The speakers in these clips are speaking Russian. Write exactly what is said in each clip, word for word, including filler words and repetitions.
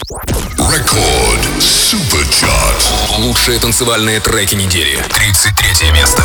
Рекорд Суперчарт. Лучшие танцевальные треки недели. тридцать третье место.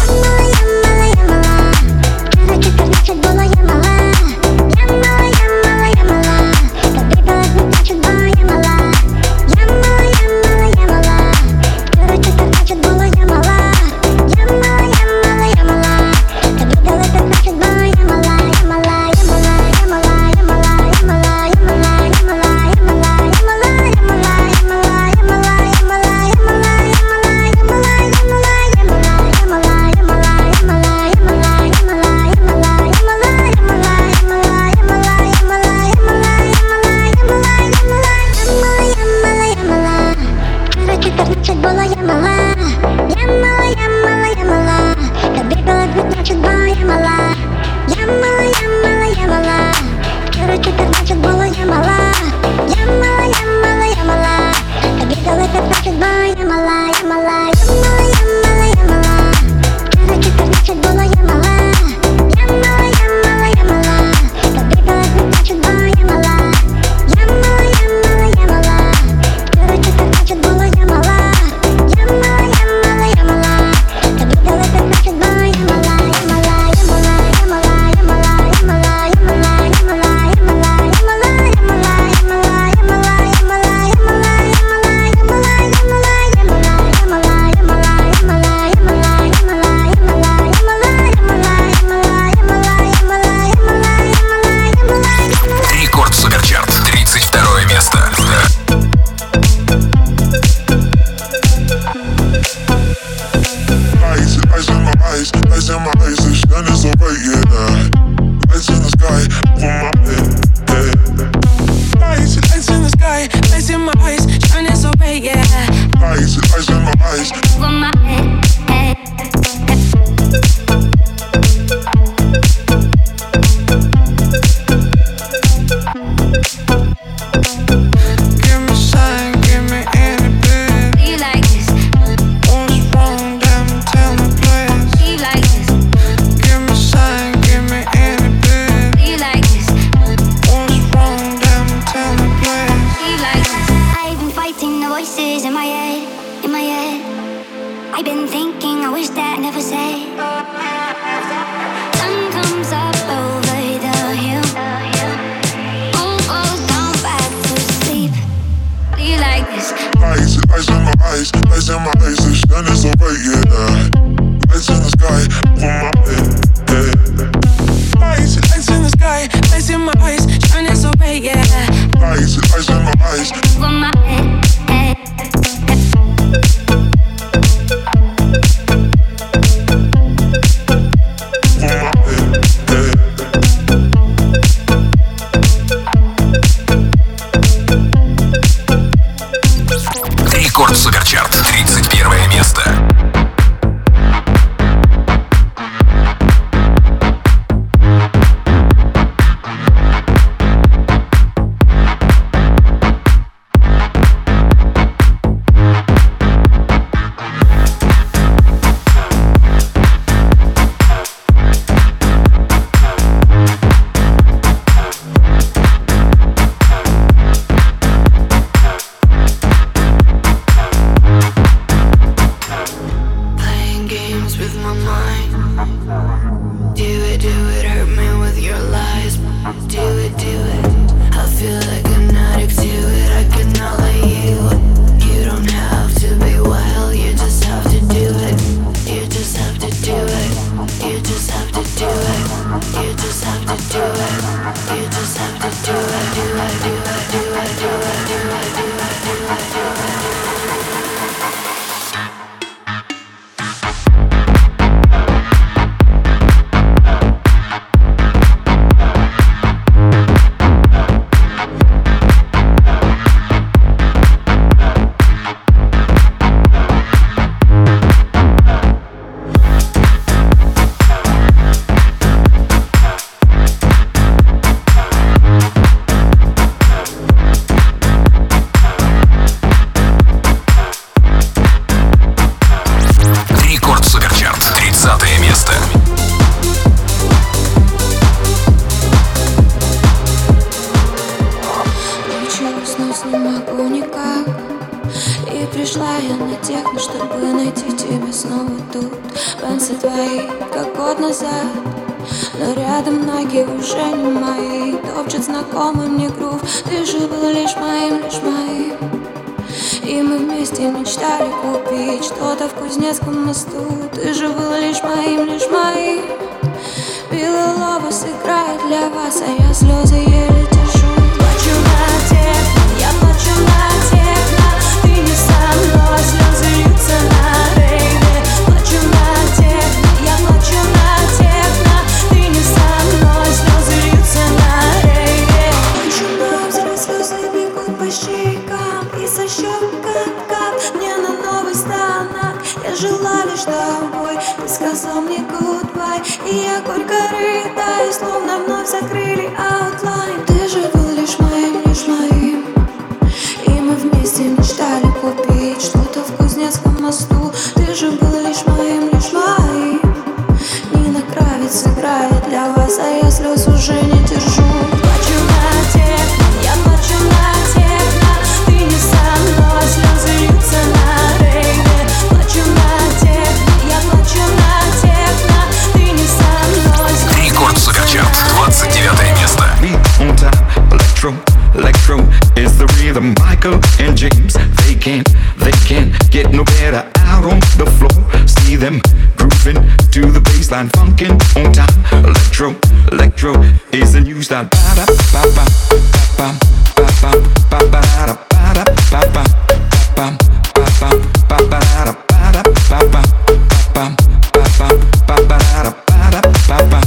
могу никак. И пришла я на техно, чтобы найти тебя снова тут. Пенсы твои, как год назад, но рядом ноги уже не мои. Топчет знакомый мне грув. Ты же был лишь моим, лишь моим. И мы вместе мечтали купить что-то в Кузнецком мосту. Ты же был лишь моим, лишь моим. Белый лобос играет для вас, а я слезы еле держу. Плачу на техно, я плачу на техно. Ты не со мной, слезы льются на рейве. Плачу на техно, я плачу на техно. Ты не со мной, слезы льются на рейве. Плачу на взрыв, слезы бегут по щекам и со щек кап-кап мне на новый станок. Я жила лишь тобой, ты сказал мне goodbye, и я горько рыдаю, словно вновь закрыли аутлайн. Ты же был лишь моим, лишь моим. И мы вместе мечтали купить что-то в Кузнецком мосту. Ты же был лишь моим, лишь моим. Нина Кравец играет для вас, а я слез уже не держу. Плачу на техно, я плачу на техно. Ты не со мной, слезы льются на рейве. Плачу на техно, я плачу на техно. Ты не со мной. Рекорд Суперчарт, двадцать девятое место. On time, electro, electro is the rhythm. Michael and James, they can't, they can't get no better out on the floor. See them grooving to the baseline, funkin' on time. Electro, electro is the new style. Ba da ba ba ba ba ba ba ba da ba da ba ba ba ba ba ba ba da ba da ba ba ba ba ba ba ba da ba da ba ba.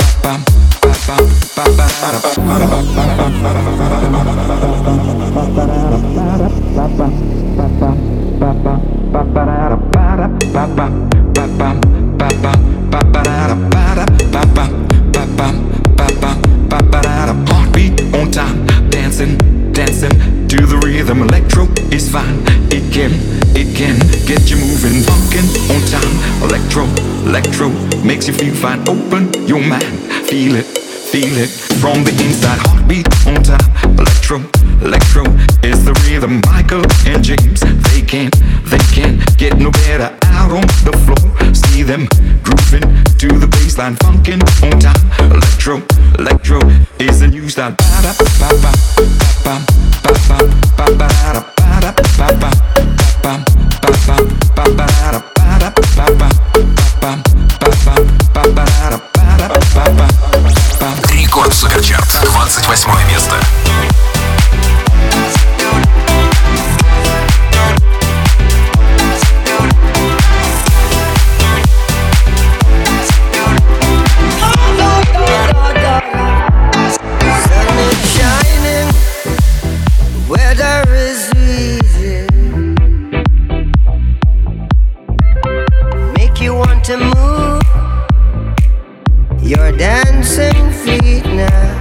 Heartbeat on time, dancing, dancing to the rhythm. Electro is fine, it can, it can get you moving. Funkin' on time, electro, electro makes you feel fine. Open your mind, feel it, feel it from the inside. Heartbeat on time, electro, electro is the rhythm. Michael and James, they can't, they can't get no better out on the floor. See them grooving to the baseline, funkin' on time. Electro, electro is the new style. Ba da ba ba ba ba ba ba ba da ba da ba ba ba ba ba ba ba da ba da ba ba ba ba ba ba ba. Рекорд Суперчарт, двадцать восьмое место. To move your dancing feet now.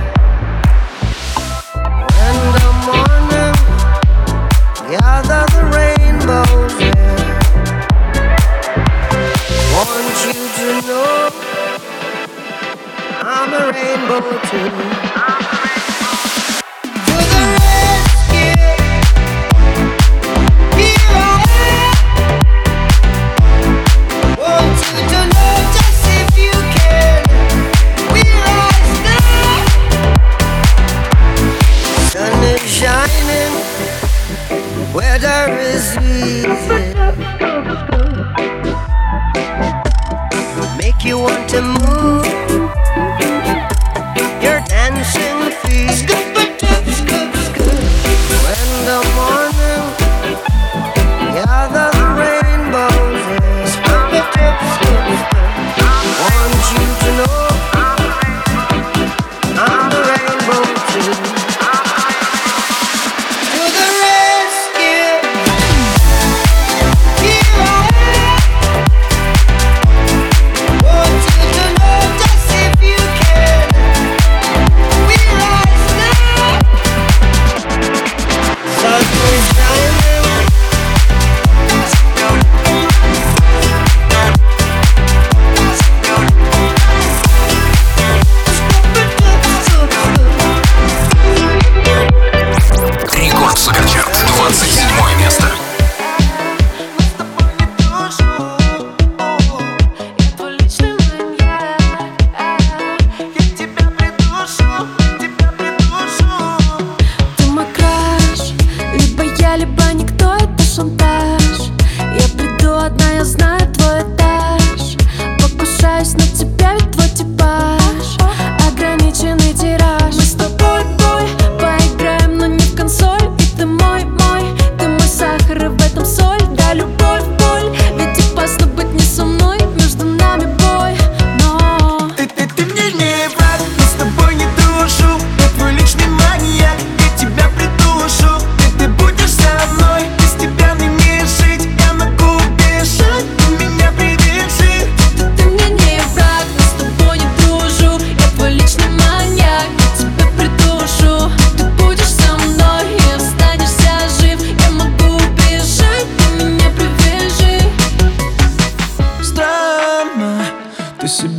In the morning, gather the rainbows there. Want you to know I'm a rainbow too. Weather is easy. Make you want to move your dancing feet. Scoop a tip, scoop, scoop. When the morning gather the rainbows in. Scoop a tip, scoop, scoop. Want you to know I'm the rainbow too. Want you to know that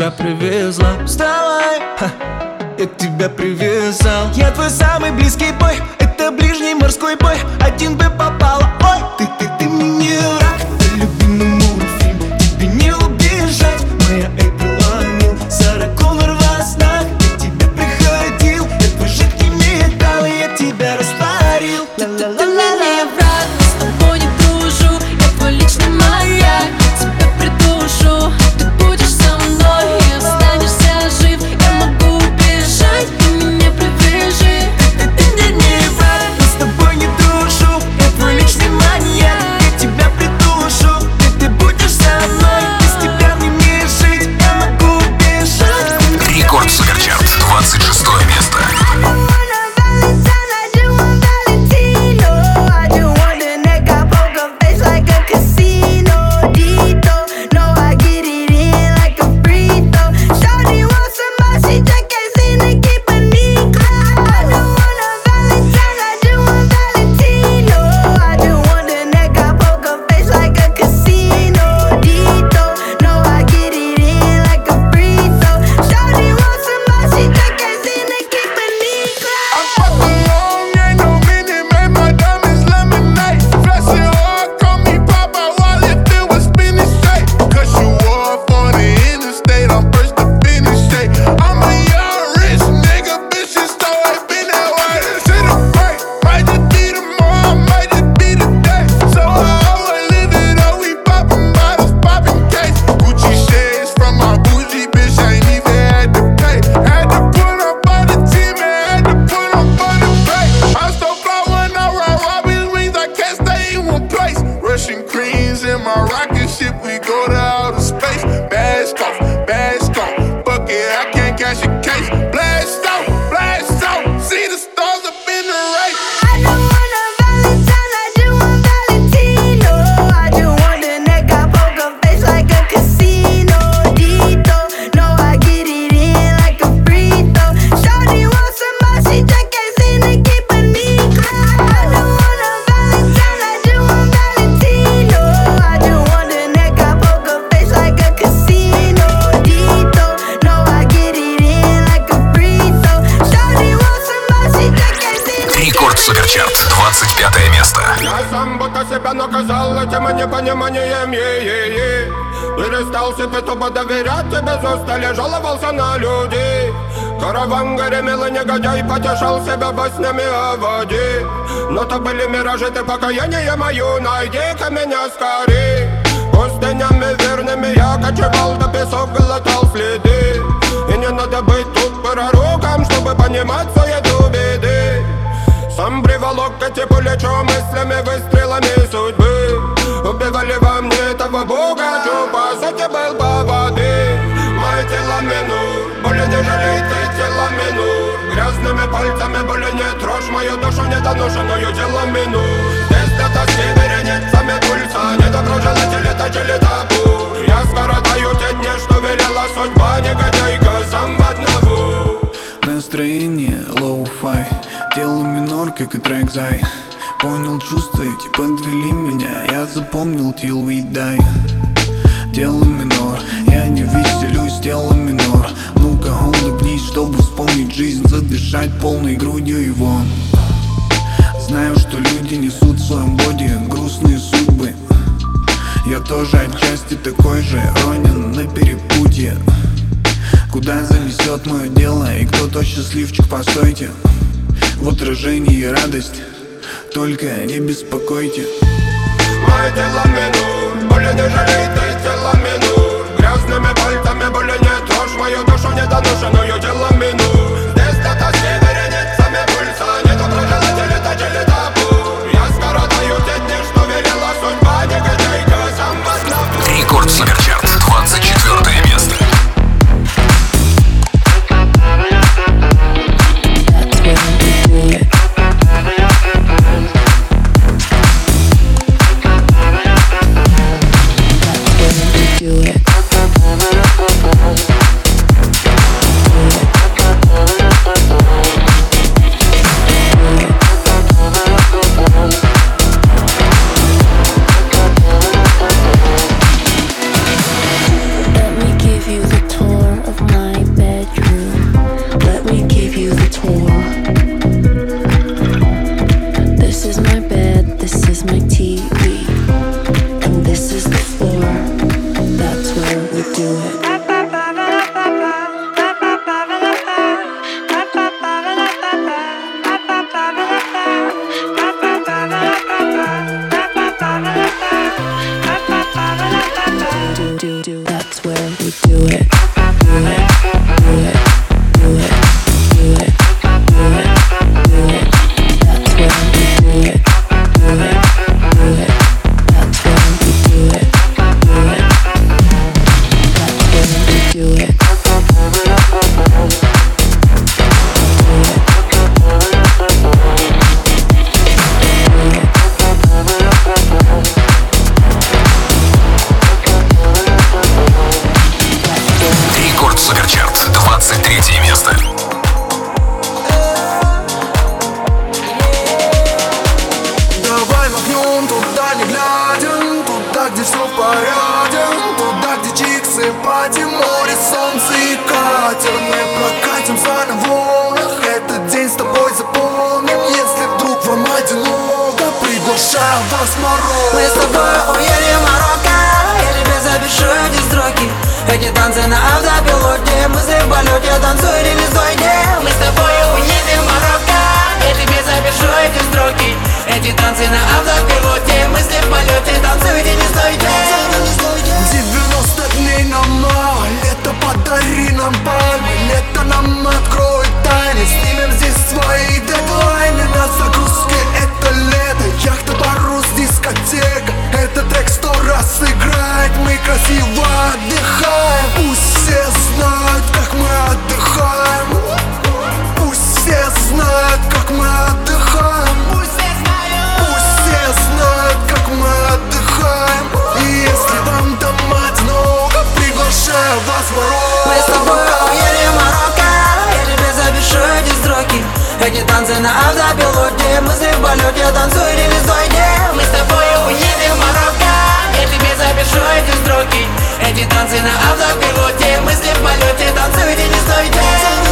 тебя привезла. Вставай, ха, я тебя привязал. Я твой самый близкий бой, это ближний морской бой. Один бы попала, ой, ты, ты, ты мне не враг. Ты любимый мультфильм, тебе не убежать. Моя Эйприл О'Нил, Сара Коннор во снах. Я тебя приходил, я твой жидкий металл, я тебя растворил. Ты мне не враг, с тобой не дружу. Я твой личный маяк, тебя придушу. Ты будешь со мной и останешься жив. Я могу убежать, ты меня привяжи. Ты, ты мне не враг, но с тобой не дружу. Я твой личный маньяк, я тебя придушу. Ты, ты будешь со мной, без тебя мне не жить. Я могу убежать. Рекорд Суперчарт, двадцать шестое место. Суперчарт, двадцать пятое место. Я сам будто себя наказал этим непониманием, е-е-е. Перестал себе тупо доверять, и без устали жаловался на людей. Караван гремел и негодяй потешал себя баснями о воде. Но то были миражи, ты покаяние мою, найди-ка меня скорей. Пустынями верными я кочевал, до песок глотал следы. И не надо быть тут пророком, чтобы понимать суету беды. Сам приволок эти пулечу мыслями, выстрелами судьбы. Убивали во мне того бога, что по сути был по воды. Мое тело минут, боли не жалей, ты тело минут. Грязными пальцами боли не трожь мою душу недоношенную тело минут. Здесь для тоски вереницами пульса, недоброжелатели точили табу. Я скоротаю те дни, что велела судьба, негодяйка сам в одного. Настроение лоу-фай, дело минор, как и трек Зай. Понял чувства эти, подвели меня, я запомнил till we die. Дело минор, я не веселюсь, дело минор. Ну-ка, улыбнись, чтобы вспомнить жизнь, задышать полной грудью его. Знаю, что люди несут в своем боди грустные судьбы. Я тоже отчасти такой же, ронен на перепутье. Куда занесет мое дело и кто тот счастливчик, постойте. В отражении радость, только не беспокойте. Мое тело минут, боли не жалей, ты тело минут. Грязными пальцами боли не трожь мою душу недоношенную тело минут. Здесь для тоски вереницами пульса, недоброжелатели точили табу. Я скоротаю те дни, что велела судьба, негодяйка сам в одного. Рекорд Суперчарт, двадцать четвертое место. Do it. is my T V, and this is the floor. That's where we do it. That's where we do it. Do it, do it, do it, do it, do it, do it. That's where we do it. Do it, do it. That's where we do it. Do it. That's where we do it. Рекорд Суперчарт, двадцать третье место. Давай махнем туда не глядя, туда, где все в порядке, туда, где чиксы, пати, море, солнце и катер. Мы прокатимся на волнах, этот день с тобой запомним. Если вдруг вам одиноко, приглашаю вас в Марокко. Мы с тобой уедем в Марокко, я тебе запишу эти строки. Эти танцы на автопилоте, мысли в полете, танцуй или не стойте. Мы с тобой уедем в Марокко, я тебе запишу эти строки. Эти танцы на автопилоте, мысли в полете, танцуйте, не стойте. девяносто дней нам мало, лето подари нам пальмы. Лето нам откроет тайны, снимем здесь свои дедлайны. На загрузке это лето, яхта, парус, дискотека. Этот трек сто раз играет, мы красиво отдыхаем. Пусть все знают, как мы отдыхаем. Пусть все знают, как мы отдыхаем. Пусть все знают, как мы отдыхаем. И если вам там одиноко, приглашаю вас в Марокко. Мы с тобой уедем в Марокко, я тебе запишу эти строки. Эти танцы на автопилоте, мысли в полете, танцуй или не стойте. Мы с тобой уедем в Марокко, я тебе запишу эти строки. Эти танцы на автопилоте, мысли в полете, танцуйте, не стойте.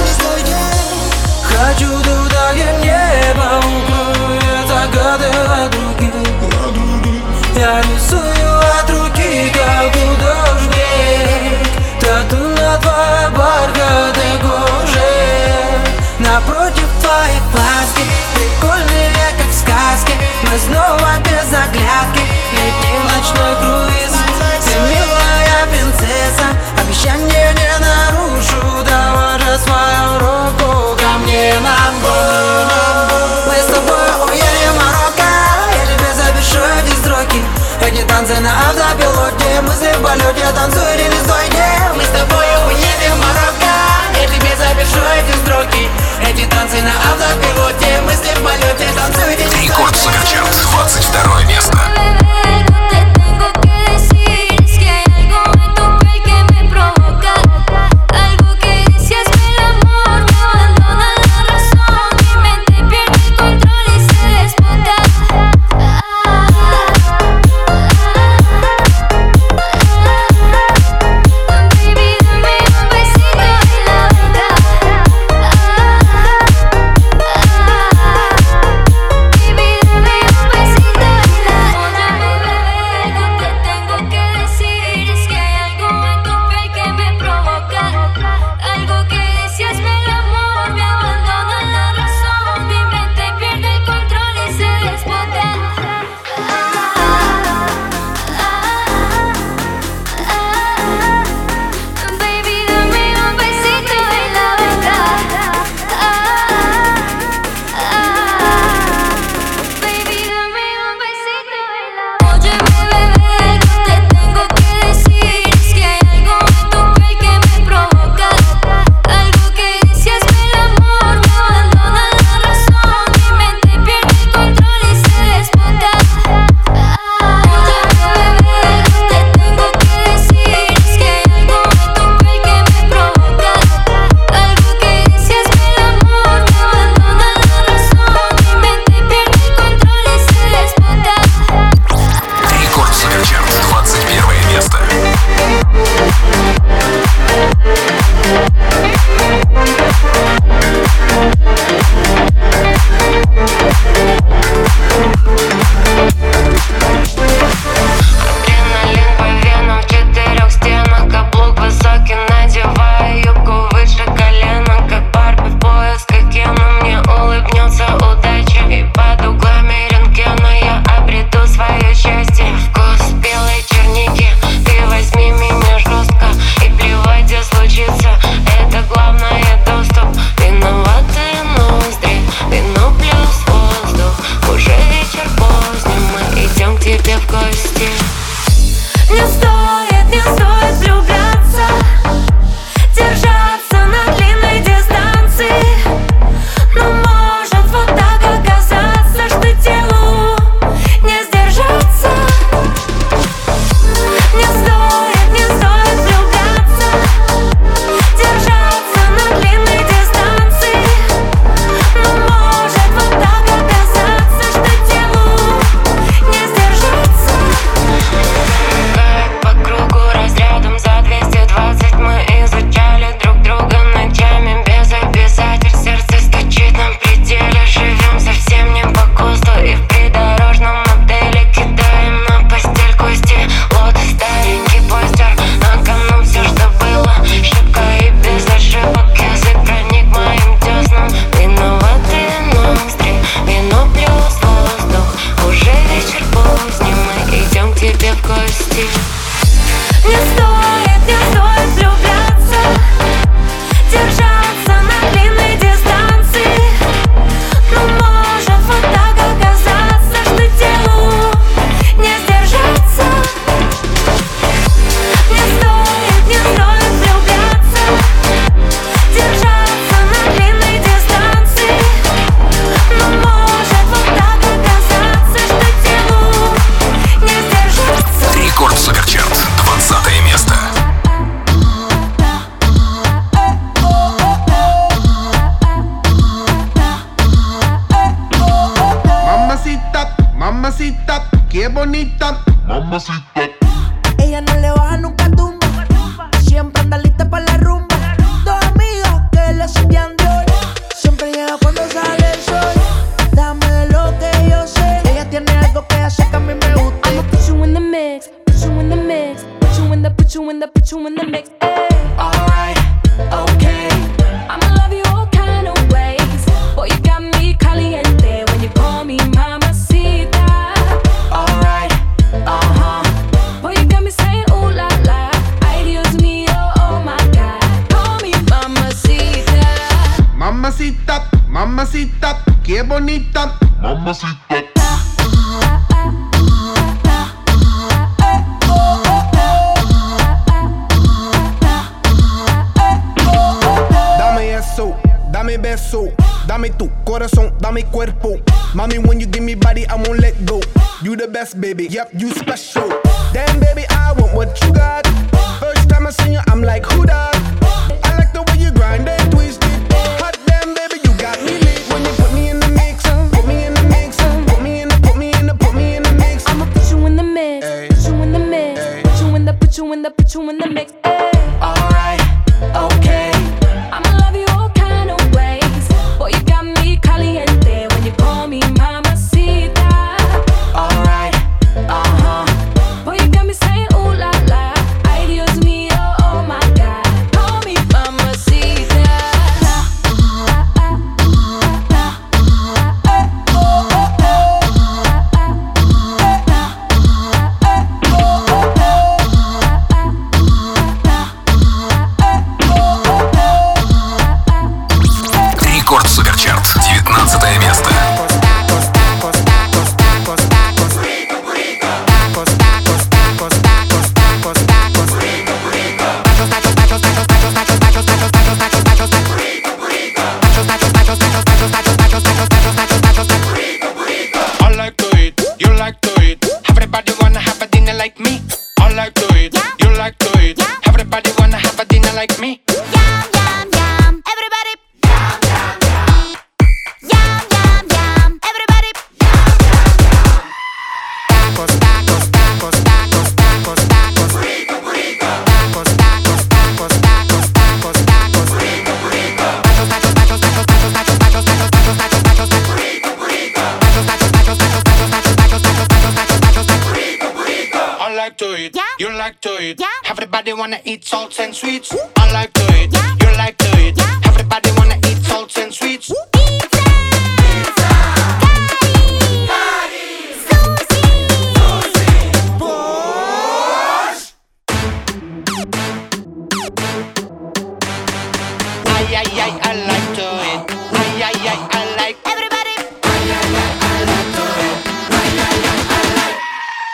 Хочу туда, где небо укроет загады от руки. Я рисую от руки, как художник, тату на твоей бархатной коже. Напротив твоей глазки, прикольные, как в сказке. Мы снова без оглядки, летим в ночной круиз. Ты милая принцесса, обещание не нарушу. Давай же свою руку ко мне на бок. Мы с тобой уедем в Марокко, я тебе запишу эти строки. Эти танцы на автопилоте, мысли в полете, танцуй или не стойте. Мы с тобой уедем в Марокко, я тебе запишу эти строки. Эти танцы на автопилоте, мысли в полете, танцуй или не стойте. Рекорд Суперчарт, двадцать второе место. Baby, dame un besito. тебе в гости. Не стоит, не стоит влюбляться, держаться на длинной дистанции. Но может вот так оказаться, что телу не сдержаться. Не стоит, не стоит влюбляться, держаться на длинной дистанции. Но может вот так оказаться, что телу не сдержаться. Как по кругу разрядом за двести двадцать мы изучали друг друга ночами без обязательств. Сердце стучит на пределе, живем совсем не по ГОСТу и в придорожном модели кидаем на постель кости. Лотос, старенький постер, на кону все, что было. Шибко и без ошибок язык проник моим деснам. Виноваты ноздри, вино плюс воздух. Уже вечер поздний, мы идем к тебе в гости. Не стоит, не стоит влюбляться, держаться на длинной дистанции. Но может вот так оказаться, что телу не сдержаться. Не стоит, не стоит влюбляться, держаться на длинной дистанции. Но может вот так оказаться, что телу не сдержаться. Рекорд Суперчарт, двадцатое место. Mamacita, mamacita, qué bonita. Ella no le baja nunca tumba, siempre anda lista para la rumba. Dos amigas que le siguen de hoy, siempre llega cuando sale el sol. Dame de lo que yo sé, ella tiene algo que hace que a mí me guste. I'ma put you in the mix, put you in the mix, put you in the, put you in the, put you in the mix. Ay. Alright, okay. I'ma love you all kind of ways. Boy, you got me caliente when you call me mamacita. Alright, uh-huh. Boy, you got me saying ooh la la. Ay, Dios mío, oh my God. Call me mamacita. Mamacita, mamacita, qué bonita. Dame eso, dame beso, dame tu corazón, dame cuerpo. Mommy, when you give me body, I won't let go. You the best, baby, yep, you special. Damn, baby, I want what you got. First time I seen you, I'm like, who dat? I like the way you grind and twist it. Hot damn, baby, you got me lit. When you put me in the mix, put me in the mix, put me in the, put me in the, put me in the mix. I'ma put you in the mix, Ay. put you in the mix, Ay. put you in the, put you in the, put you in the mix. Ay. Alright, okay. I'ma love you all kind of ways. Boy, you got me caliente when you call me mamacita. Alright, uh-huh. Boy, you got me saying ooh la la. Ay, Dios mío, oh my God. Call me mamacita. Рекорд Суперчарт, девятнадцатое место. I like to eat, you like to eat. Everybody wanna have a dinner like me. I like to eat, you like to eat. Everybody wanna have a dinner like me. Yum, yum, yum, everybody. Yum, yum, yum. Yum, yum, yum, everybody. Tacos, tacos, tacos, tacos, tacos, tacos. Rico, rico. Tacos, tacos, tacos, tacos, tacos, tacos. Rico, rico. Tacos, tacos, tacos, tacos, tacos, tacos, tacos, tacos, tacos, tacos, tacos. Rico, rico. Tacos, tacos, tacos, tacos, tacos, tacos, tacos, tacos, tacos, tacos, tacos. Rico, rico. I like to eat, you like to eat. Everybody wanna eat salts and sweets. I like to eat, you like to eat. Everybody wanna eat salts and sweets. Ay, ay, ay, I like to eat. Ay, ay, ay, I like. Everybody. Ay, ay, ay, I like to eat. Ay, ay, ay, I like.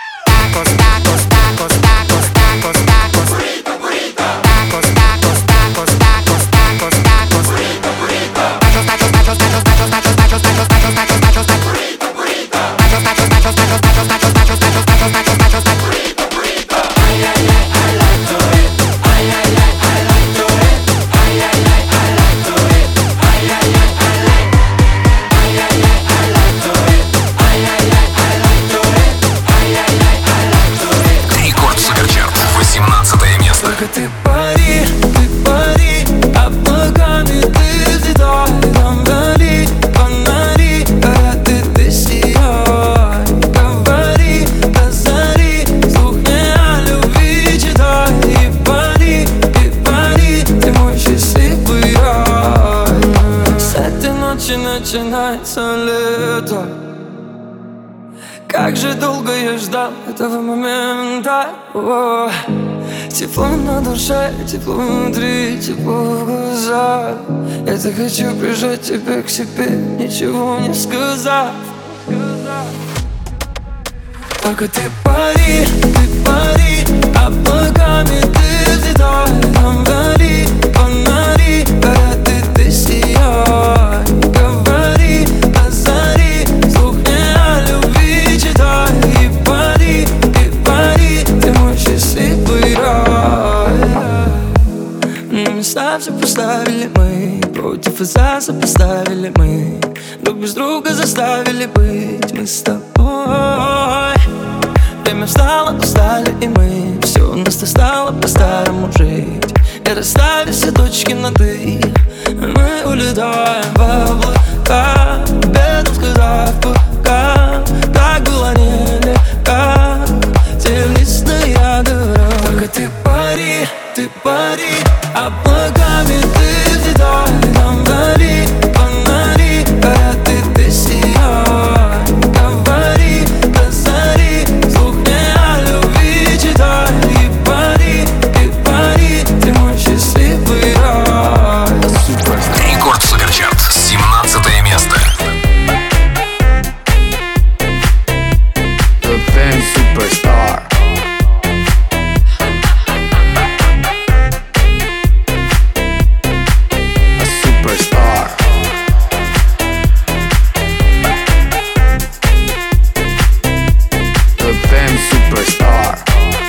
долго я ждал этого момента. О, тепло на душе, тепло внутри, тепло в глазах. Я так хочу прижать тебя к себе, ничего не сказав. Только ты пари, ты пари, облаками ты взлетай. Там вдали фонари, горят и ты сияй. Говори, озари, слух мне о любви читай. И пари, и пари, ты мой счастливый рай. На места все поставили мы, против и за сопоставили мы. Друг без друга заставили быть мы с тобой. Время встало, устали и мы. Все у нас стало по-старому жить. И расставили все точки над «и». Мы улетаем в облака, бедом сказав пока. Так было нелегко, телесная дорога. Только ты пари, ты пари, облаками ты взлетай. Там вдали фонари, горят и ты сияй. Говори, озари, слух мне о любви читай. И пари, и пари, ты мой счастливый рай. Рекорд Суперчарт, семнадцатое место. The Fan Superstar. A superstar. The Fan Superstar.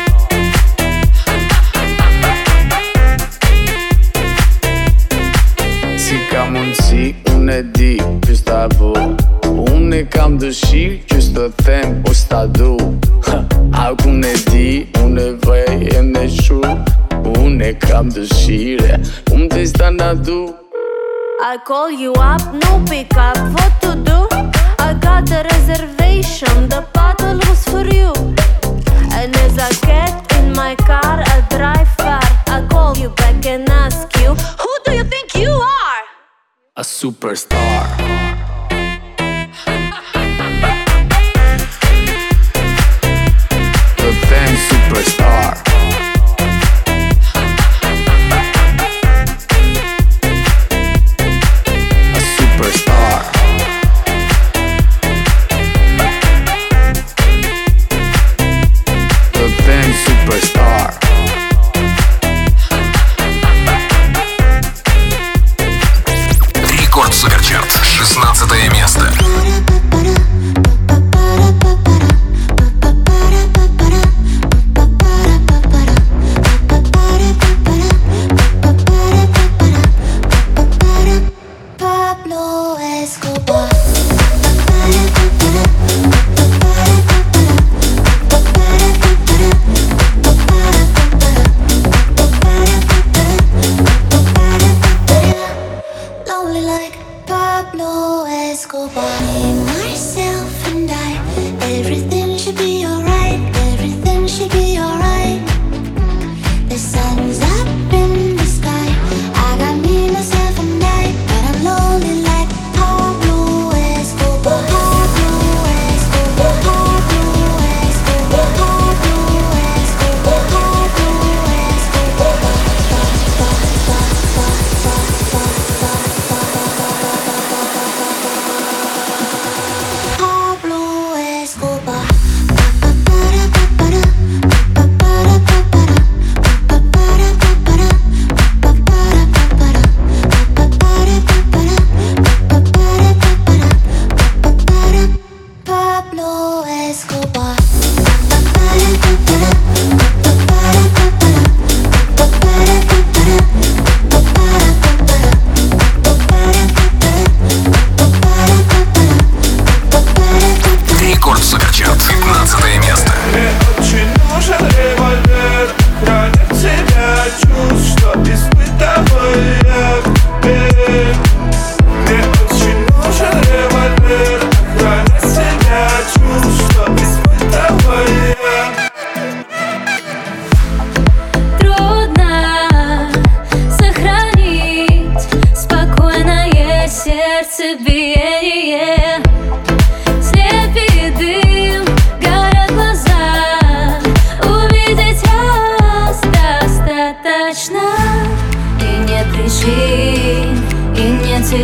Si kam mundësi, unë e di që s'ta bu. Unë e kam dëshirë që s'të them o s'ta du. A unë e di, unë e vej e me shu. Unë e kam dëshire, unë të s'ta na du. I call you up, no pick up, what to do? I got a reservation, the bottle was for you. And as I get in my car, I drive far. I call you back and ask you, who do you think you are? A superstar. The Fan Superstar. A superstar. The Fan Superstar. Рекорд Суперчарт,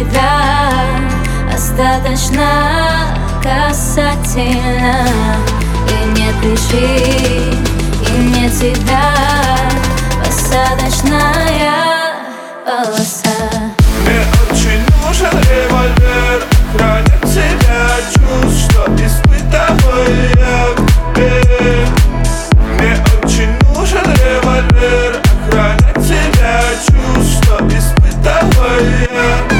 тебя остаточно касательно. И нет причин, и нет тебя посадочная полоса. Мне очень нужен револьвер, хранит тебя чувств, что испытываю я к тебе. Мне очень нужен револьвер, охранять тебя чувств, что испытываю я.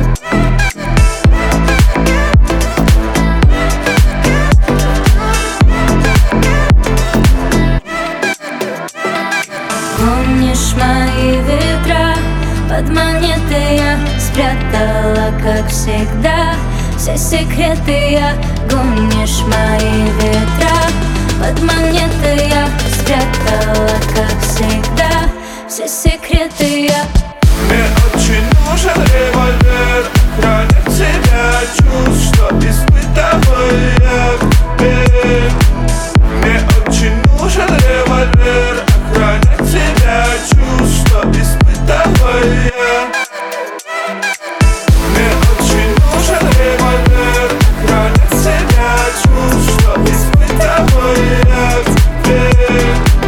Помнишь мои ветра? Под монеты я спрятала, как всегда, все секреты я. Гонишь мои ветра? Под монеты я спрятала, как всегда, все секреты я. Мне очень нужен револьвер, хранит тебя чувств, что испытываю я к тебе. Мне очень нужен револьвер, охранять тебя чувств, что испытываю я. Мне очень нужен револьвер, охранять тебя чувств, что испытываю я к тебе.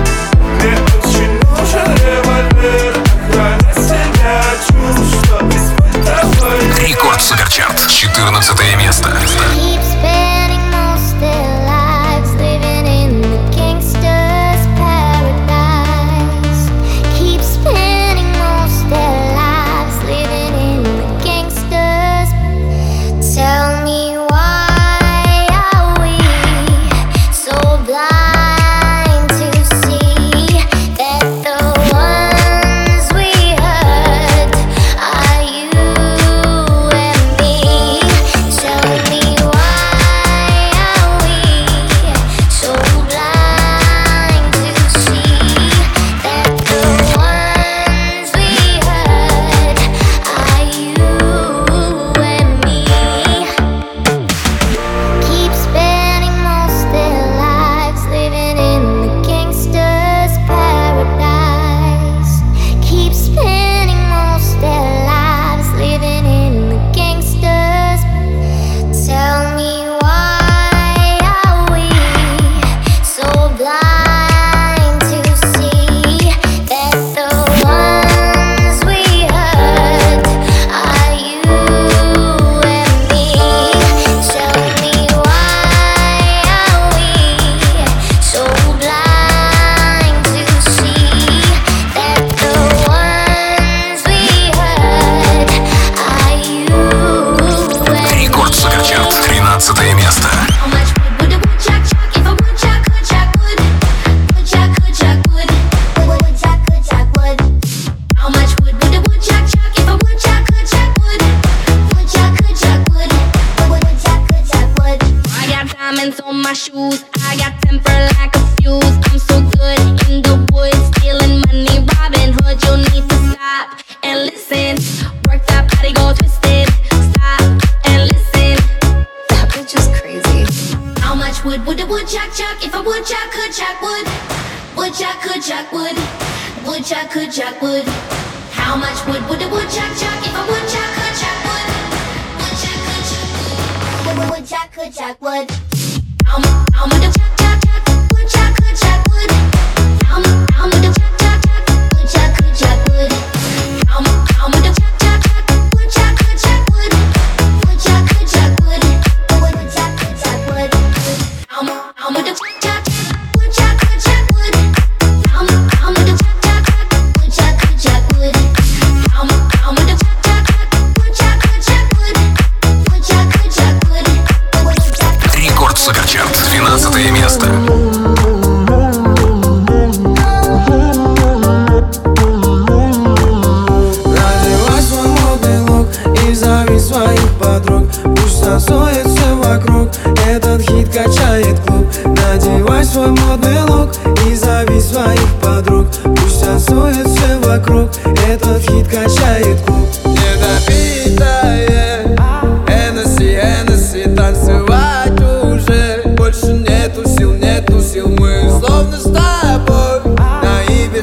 Мне очень нужен револьвер, охранять тебя чувств, что испытываю я. Рекорд Суперчарт, четырнадцатое место.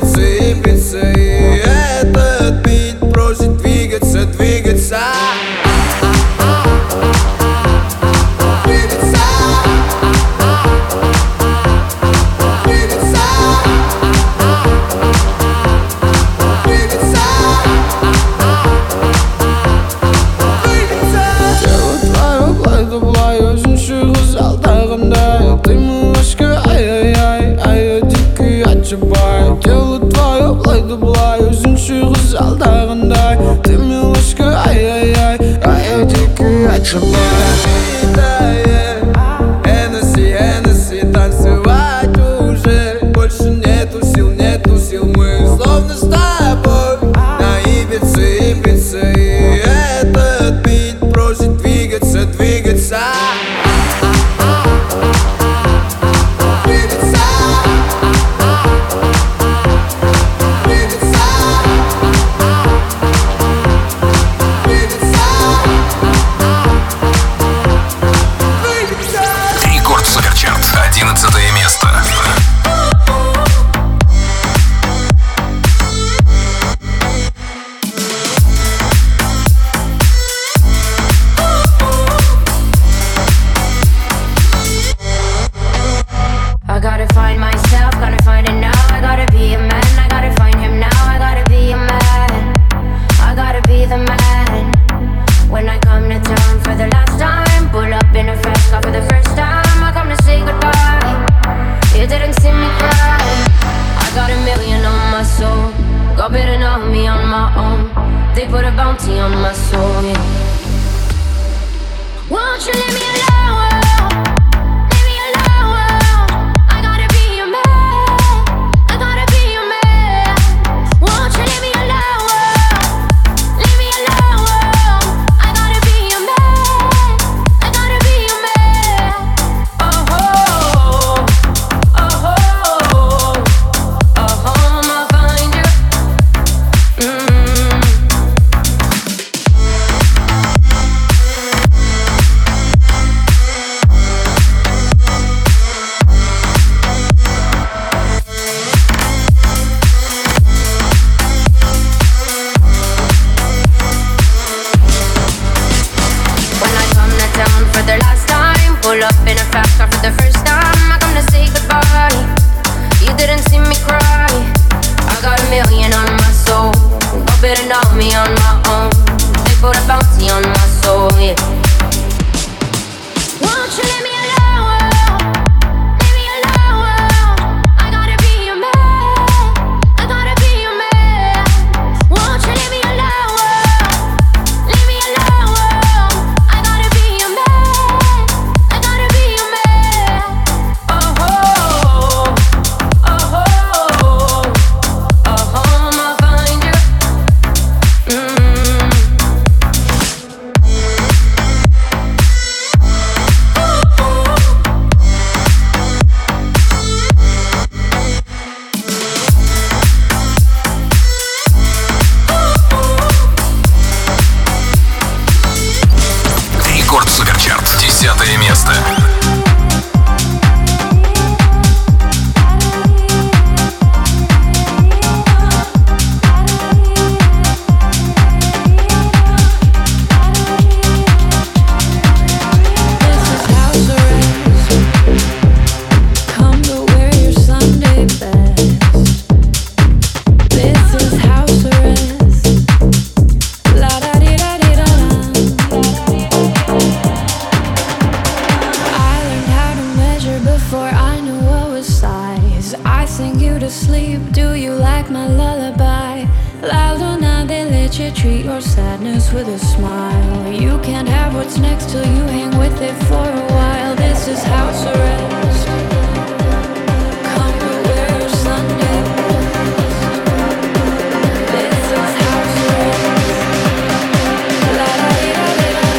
Двигаться, двигаться. алдағандай. Ты милашка, ай-яй-яй, а я дикий отшибай. Энеси, Энеси, танцевать уже больше нету сил, нету сил. Мы словно с тобой на Ибице, Ибице. И этот бит просит двигаться, двигаться. одиннадцатое место. I gotta find myself, gotta find it now. I gotta be a man, I gotta find him now. I gotta be a man, I gotta be the man. When I come to town for the last time, pull up in a fast car for the first time. I come to say goodbye, you didn't see me cry. I got a million on my soul, got bidding on me on my own. They put a bounty on my soul, yeah. Won't you leave me alone? Десятое место. Treat your sadness with a smile. You can't have what's next till you hang with it for a while. This is house arrest. Come to wear your Sunday best. This is house arrest. La da di da di da.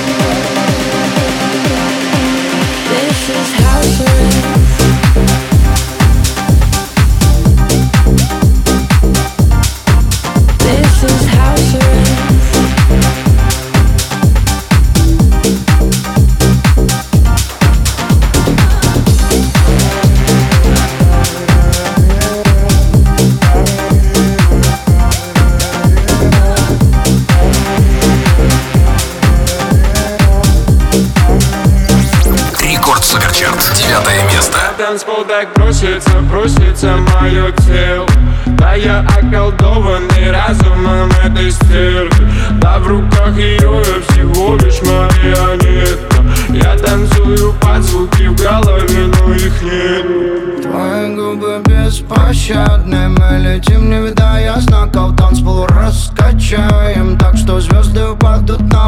This is house arrest. This is house arrest. Девятое место. На танцпол так просится, просится мое тело. Да я околдованный разумом этой стервы. Да в руках ее я всего лишь марионетка. Я танцую под звуки в голове, но их нет. Твои губы беспощадны, мы летим, не видая знаков. Танцпол раз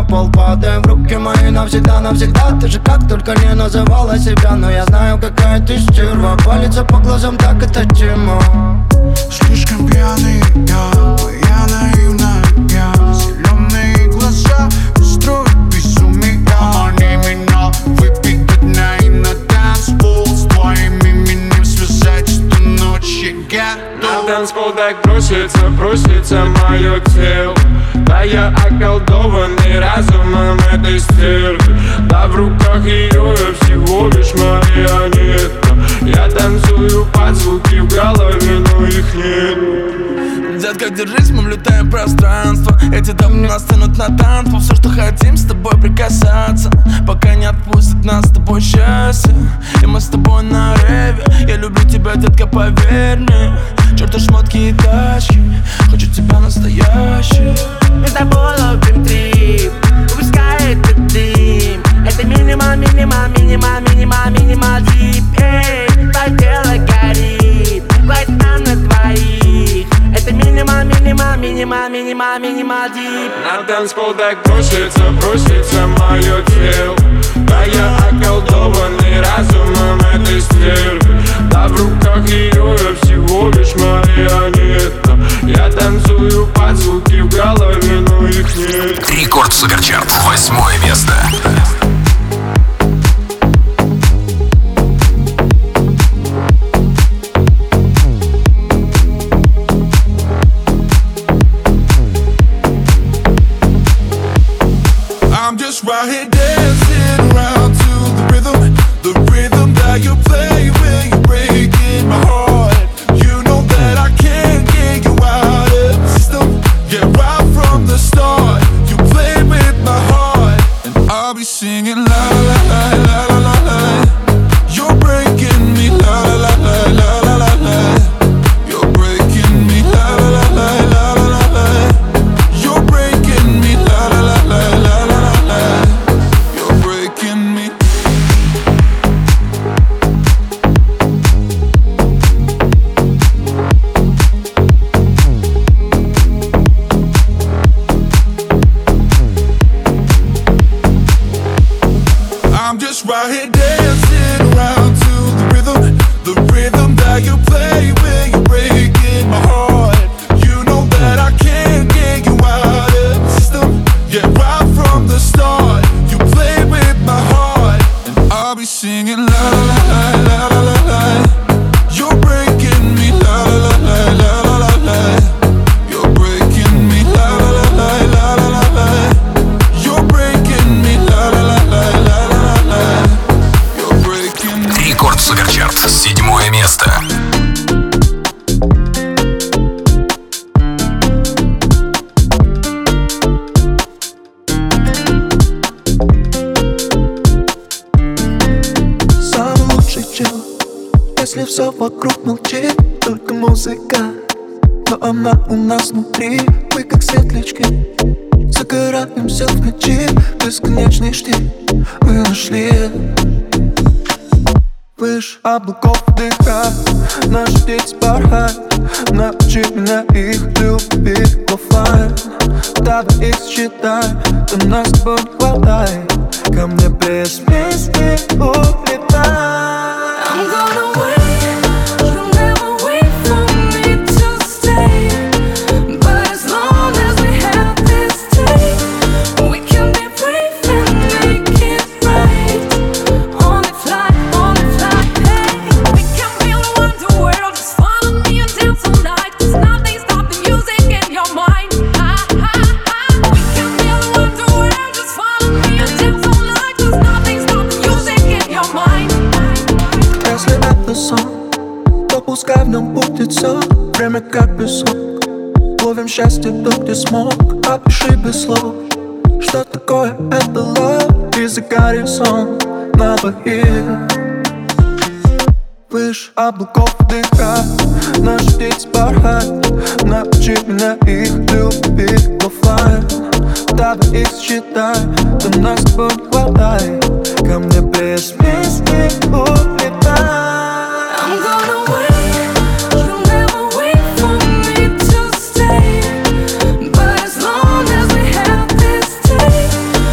пол падаем в руки мои навсегда, навсегда. Ты же как только не называла себя, но я знаю, какая ты стерва. Палится по глазам, так это тема. Слишком пьяный я, я наивная я. Зеленые глаза устроят безумие. Помани меня выпить до дня и на танцпол. С твоим именем связать эту ночь я готов. На танцпол так просится, просится мое тело. Да я околдованный разумом этой стервы. Да в руках ее я всего лишь марионетка. Я танцую под звуки в голове, но их нет. Детка, держись, мы влетаем в пространство. Эти дамы нас тянут на танцпол. Все, что хотим, с тобой прикасаться, пока не отпустит нас с тобой счастье. И мы с тобой на реве. Я люблю тебя, детка, поверь мне. Чёрты шмотки и тачки, хочу тебя настоящий. Мы с тобой ловим трип, выпускай этот дым. Это минимал, минимал, минимал, минимал, минимал дип. Эй, твое тело горит, хватит нам на двоих. Это минимал, минимал, минимал, минимал, минимал дип. На танцпол так просится, просится мое тело. Да я околдованный разумом этой стервы. Да в руках ее я всего лишь марионетка. Я танцую под звуки в голове, но их нет. Рекорд Суперчарт, восьмое место. I'm just right here dancing around to the rhythm, the rhythm that you play when you're breaking my heart. You know that I can't get you out of the system. Yeah, right from the start, you played with my heart, and I'll be singing la la la la la la la. You're breaking me la la la la la la la. You're breaking me la la la la la la la. You're breaking me la la la la la la la. You're breaking me. I'm just right here dancing around to the rhythm, the rhythm that you play when you're breaking my heart. You know that I can't get you out of the system. Yeah, right from the start, you played with my heart, and I'll be singing la la la la la la la. You're breaking me la la la la la la la. You're breaking me la la la la la la la. You're breaking me la la la la la la la. You're breaking me. Рекорд Суперчарт, седьмое место. Самый лучший чел, если все вокруг молчит, только музыка, но она у нас внутри. Мы как светлячки, загораемся в ночи. Бесконечный штиль мы нашли. Выше облаков дыха, наши птицы порхают. Научи меня их любить в оффлайн. Давай их считай, до нас с тобой не хватает. Ко мне без песни улетай. I'm gonna wait, you'll never wait for me to stay. But as long as we have this taste, we can be brave and make it right. On the fly, on the fly, hey. We can feel around the world, just follow me and dance all night. Cause nothing stops the music in your mind. Ah, ah, ah. We can feel around the world, just follow me and dance all night. Cause nothing stops the music in your mind. Если это сон, то пускай в нем будет все. Время как песок, ловим счастье тут, где смог. Опиши без слов, что такое это love. И загорит сон на двоих. Выше облаков дыха, наши птицы порхают. Научи меня их любить в оффлайн. Давай их считай, до нас с тобой не хватает. Ко мне без песни улетай. I'm gonna wait, you'll never wait for me to stay. But as long as we have this taste,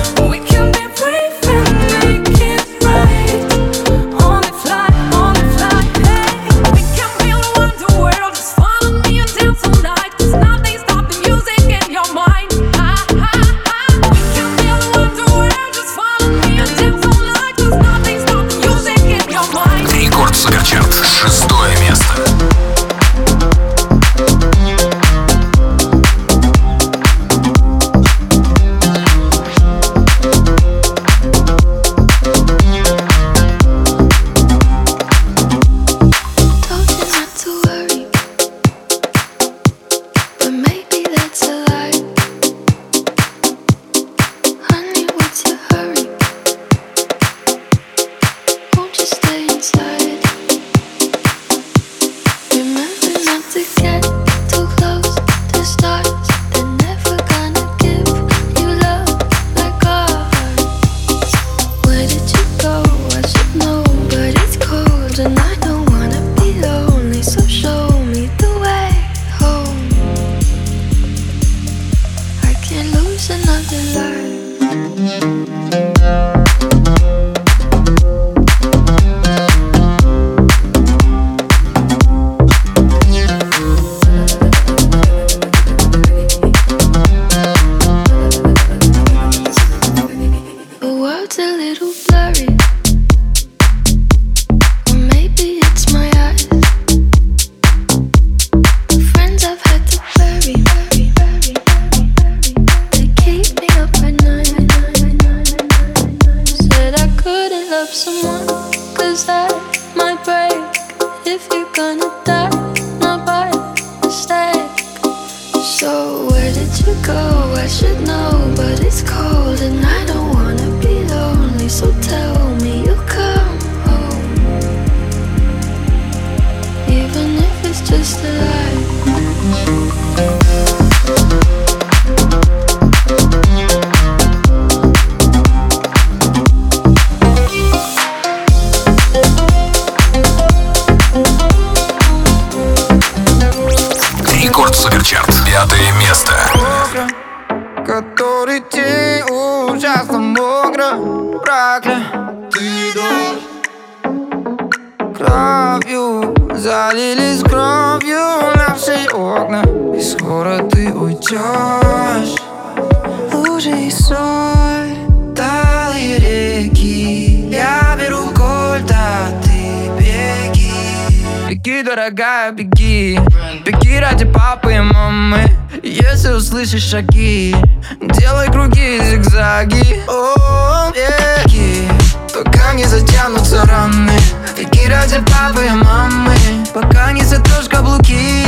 Дорогая, беги, беги ради папы и мамы. Если услышишь шаги, делай круги, зигзаги. О, беги, пока не затянутся раны. Беги ради папы и мамы, пока не затрешь каблуки.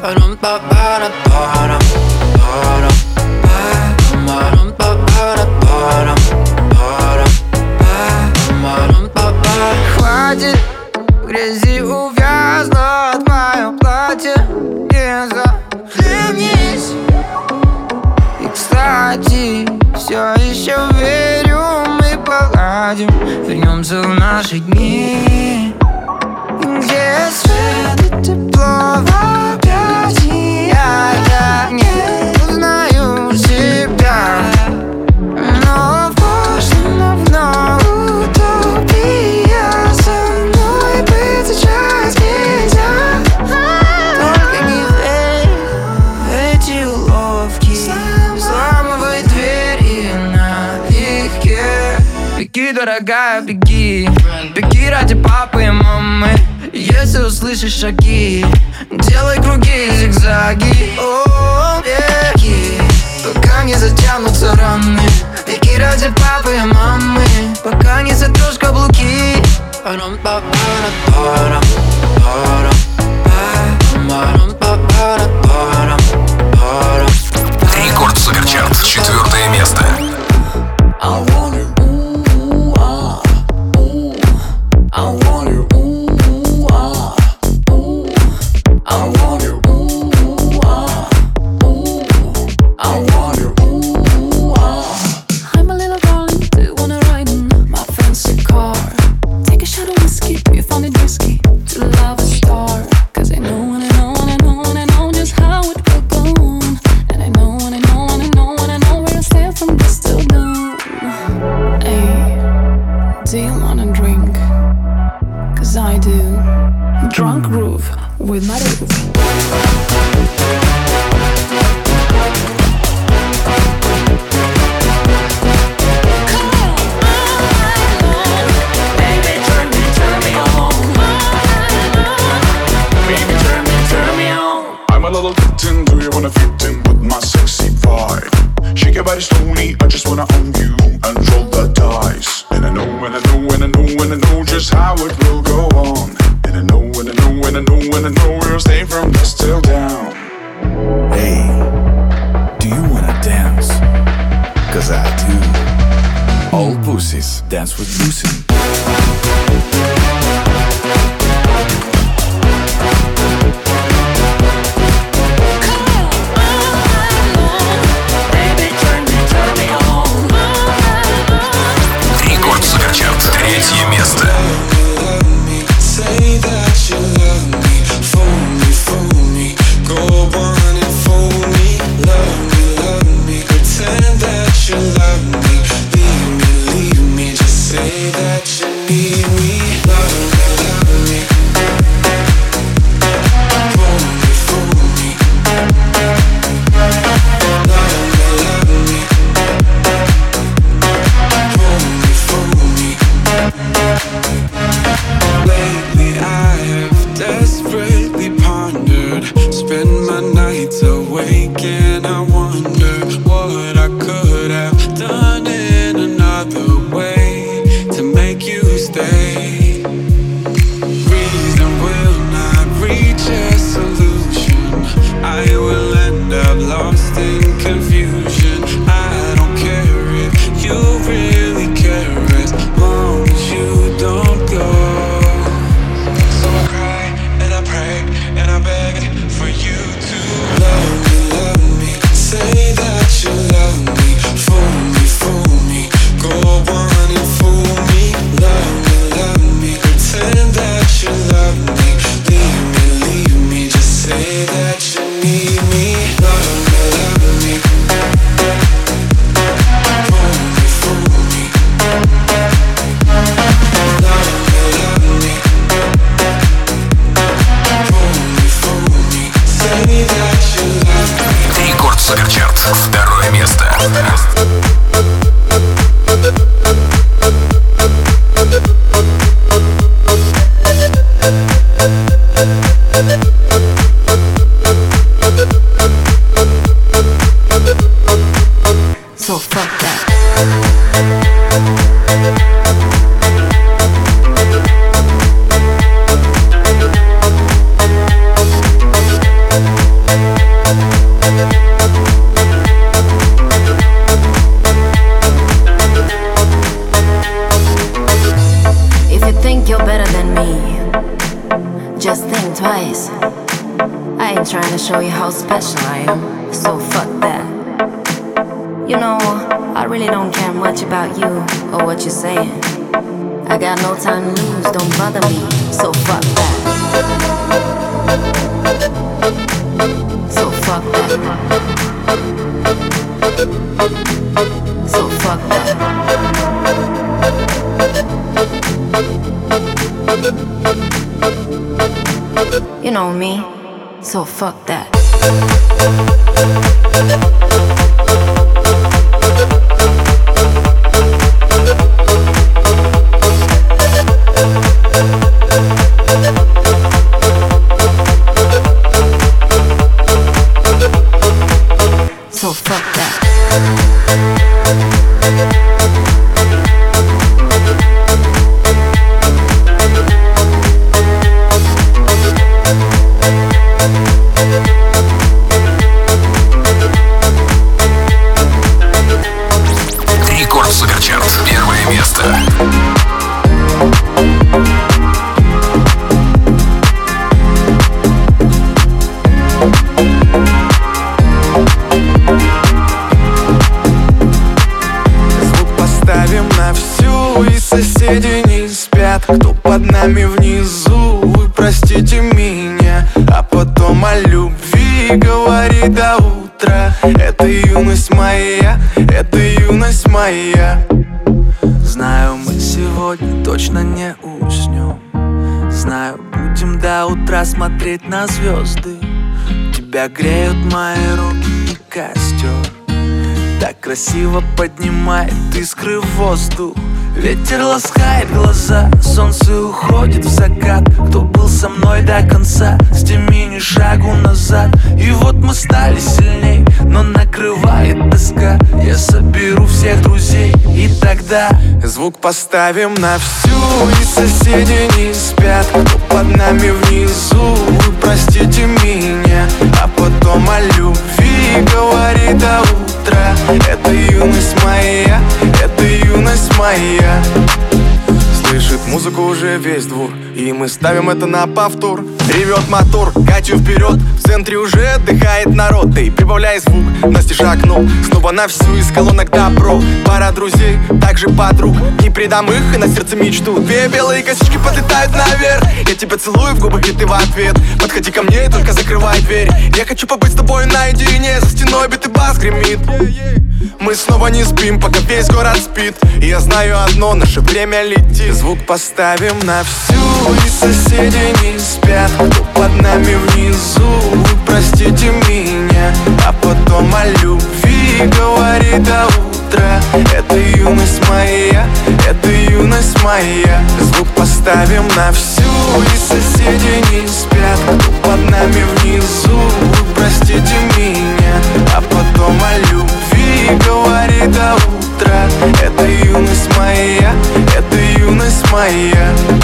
Хватит в грязи увязнуть мое платье, не захлебнись. И, кстати, все еще верю, мы поладим, вернемся в наши дни, где свет и тепло в объятиях. Я не узнаю себя, но в прошлом давно утопия. Со мной быть сейчас нельзя. Только не верь в эти уловки, взламывай двери налегке. Беги, дорогая, беги, беги ради папы и мамы. Если услышишь шаги, делай круги, зигзаги. О, беги, пока не затянутся раны. Беги ради папы и мамы, пока не затрешь каблуки. Рекорд Суперчарт, четвертое место. With my roof. I'm a little kitten, do you wanna fit in with my sexy vibe? Shake your body slowly, I just wanna own you and roll the dice. And I know, and I know, and I know, and I know just how it will go on. And I know, and I know, and I know, and I know we'll stay from dusk till down. Hey, do you wanna dance? Cause I do. All pussies dance with Lucy. Суперчарт. Второе место. So fuck that. If you think you're better than me, just think twice. I ain't trying to show you how special I am, so fuck that. You know, I really don't care much about you or what you're saying. I got no time to lose, don't bother me, so fuck that. So fuck that. So fuck that. You know me, so fuck that. So fuck that. Рекорд Суперчарт. Первое место. На всю, и соседи не спят. Кто под нами внизу, вы простите меня. А потом о любви говори до утра. Это юность моя, это юность моя. Знаю, мы сегодня точно не уснем. Знаю, будем до утра смотреть на звезды. Тебя греют мои руки и костер. Так красиво поднимает искры в воздух. Ветер ласкает глаза, солнце уходит в закат. Кто был со мной до конца, с теми ни шагу назад. И вот мы стали сильней, но накрывает тоска. Я соберу всех друзей, и тогда звук поставим на всю, и соседи не спят. Кто под нами внизу, вы простите меня. А потом о любви говори до утра. Это юность моя, это юность моя. Слышит музыку уже весь двор, и мы ставим это на повтор. Ревет мотор, катю вперед, в центре уже отдыхает народ. Ты прибавляй звук, настежь окно, снова на всю из колонок добро. Пара друзей, также подруг, не предам их и на сердце мечту. Две белые косички подлетают наверх, я тебя целую в губы, и ты в ответ. Подходи ко мне и только закрывай дверь. Я хочу побыть с тобой наедине, за стеной битый бас гремит. Мы снова не спим, пока весь город спит. И я знаю одно, наше время летит. Звук поставим на всю, и соседи не спят. Кто под нами внизу, вы простите меня. А потом о любви говори до утра. Это юность моя, это юность моя. Звук поставим на всю, и соседи не спят. Кто под нами внизу, вы простите меня. А потом о любви говори до утра. Это юность моя, это юность моя.